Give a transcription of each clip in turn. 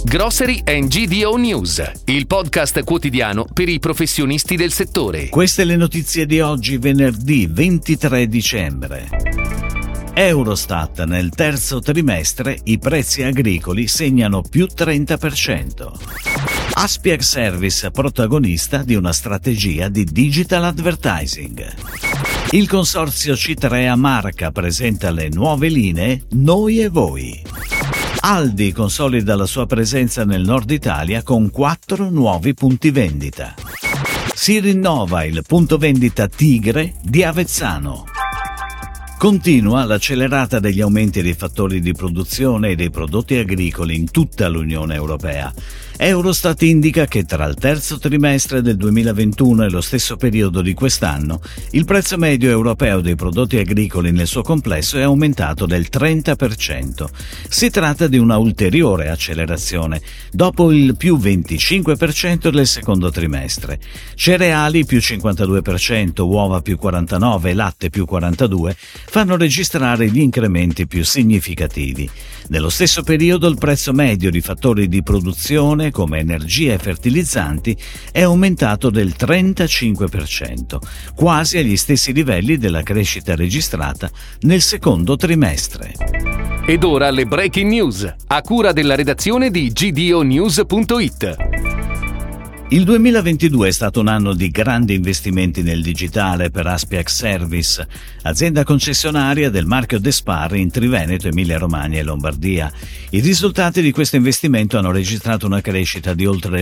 Grocery and GDO News, il podcast quotidiano per i professionisti del settore. Queste le notizie di oggi, venerdì 23 dicembre. Eurostat: nel terzo trimestre i prezzi agricoli segnano più 30%. Aspiac Service protagonista di una strategia di digital advertising. Il consorzio C3 Marca presenta le nuove linee Noi e Voi. Aldi consolida la sua presenza nel nord Italia con 4 nuovi punti vendita. Si rinnova il punto vendita Tigre di Avezzano. Continua l'accelerata degli aumenti dei fattori di produzione e dei prodotti agricoli in tutta l'Unione Europea. Eurostat indica che tra il terzo trimestre del 2021 e lo stesso periodo di quest'anno il prezzo medio europeo dei prodotti agricoli nel suo complesso è aumentato del 30%. Si tratta di una ulteriore accelerazione, dopo il più 25% del secondo trimestre. Cereali più 52%, uova più 49%, latte più 42% fanno registrare gli incrementi più significativi. Nello stesso periodo il prezzo medio di fattori di produzione come energia e fertilizzanti è aumentato del 35%, quasi agli stessi livelli della crescita registrata nel secondo trimestre. Ed ora le breaking news, a cura della redazione di gdonews.it. Il 2022 è stato un anno di grandi investimenti nel digitale per Aspiac Service, azienda concessionaria del marchio Despar in Triveneto, Emilia-Romagna e Lombardia. I risultati di questo investimento hanno registrato una crescita di oltre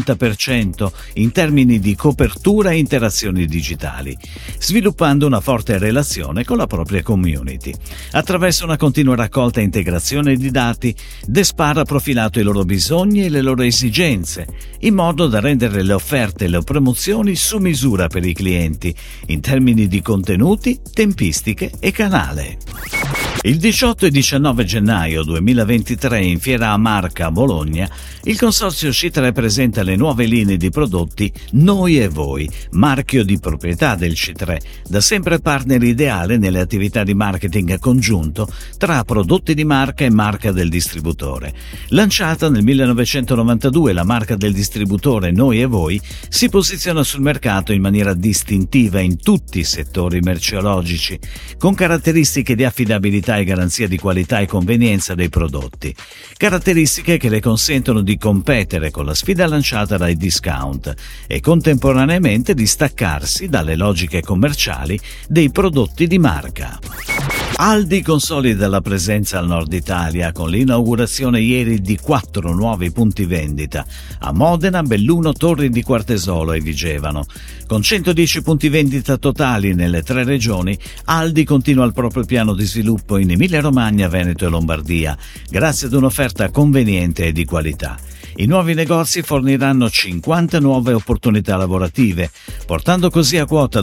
l'80% in termini di copertura e interazioni digitali, sviluppando una forte relazione con la propria community. Attraverso una continua raccolta e integrazione di dati, Despar ha profilato i loro bisogni e le loro esigenze, in modo da rendere le offerte e le promozioni su misura per i clienti, in termini di contenuti, tempistiche e canale. Il 18 e 19 gennaio 2023 in Fiera Marca a Bologna, il consorzio C3 presenta le nuove linee di prodotti Noi e Voi, marchio di proprietà del C3, da sempre partner ideale nelle attività di marketing congiunto tra prodotti di marca e marca del distributore. Lanciata nel 1992, la marca del distributore Noi e Voi si posiziona sul mercato in maniera distintiva in tutti i settori merceologici, con caratteristiche di affidabilità e garanzia di qualità e convenienza dei prodotti, caratteristiche che le consentono di competere con la sfida lanciata dai discount e contemporaneamente di staccarsi dalle logiche commerciali dei prodotti di marca. Aldi consolida la presenza al nord Italia con l'inaugurazione ieri di 4 nuovi punti vendita a Modena, Belluno, Torri di Quartesolo e Vigevano. Con 110 punti vendita totali nelle 3 regioni, Aldi continua il proprio piano di sviluppo in Emilia-Romagna, Veneto e Lombardia, grazie ad un'offerta conveniente e di qualità. I nuovi negozi forniranno 50 nuove opportunità lavorative, portando così a quota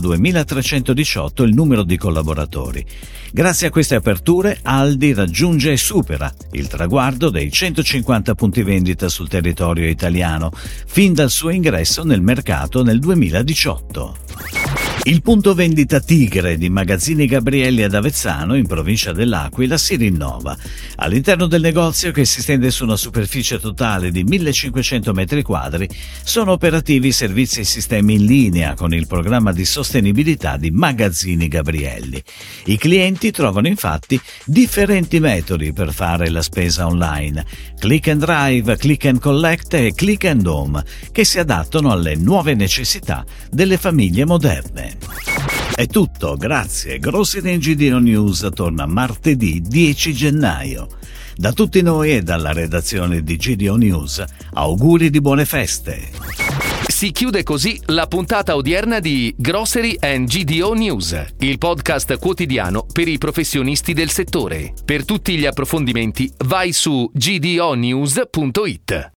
2.318 il numero di collaboratori. Grazie a queste aperture, Aldi raggiunge e supera il traguardo dei 150 punti vendita sul territorio italiano, fin dal suo ingresso nel mercato nel 2018. Il punto vendita Tigre di Magazzini Gabrielli ad Avezzano, in provincia dell'Aquila, si rinnova. All'interno del negozio, che si stende su una superficie totale di 1.500 metri quadri, sono operativi servizi e sistemi in linea con il programma di sostenibilità di Magazzini Gabrielli. I clienti trovano infatti differenti metodi per fare la spesa online: click and drive, click and collect e click and home, che si adattano alle nuove necessità delle famiglie moderne. È tutto, grazie. Grocery and GDO News torna martedì 10 gennaio. Da tutti noi e dalla redazione di GDO News, auguri di buone feste. Si chiude così la puntata odierna di Grocery and GDO News, il podcast quotidiano per i professionisti del settore. Per tutti gli approfondimenti vai su gdonews.it.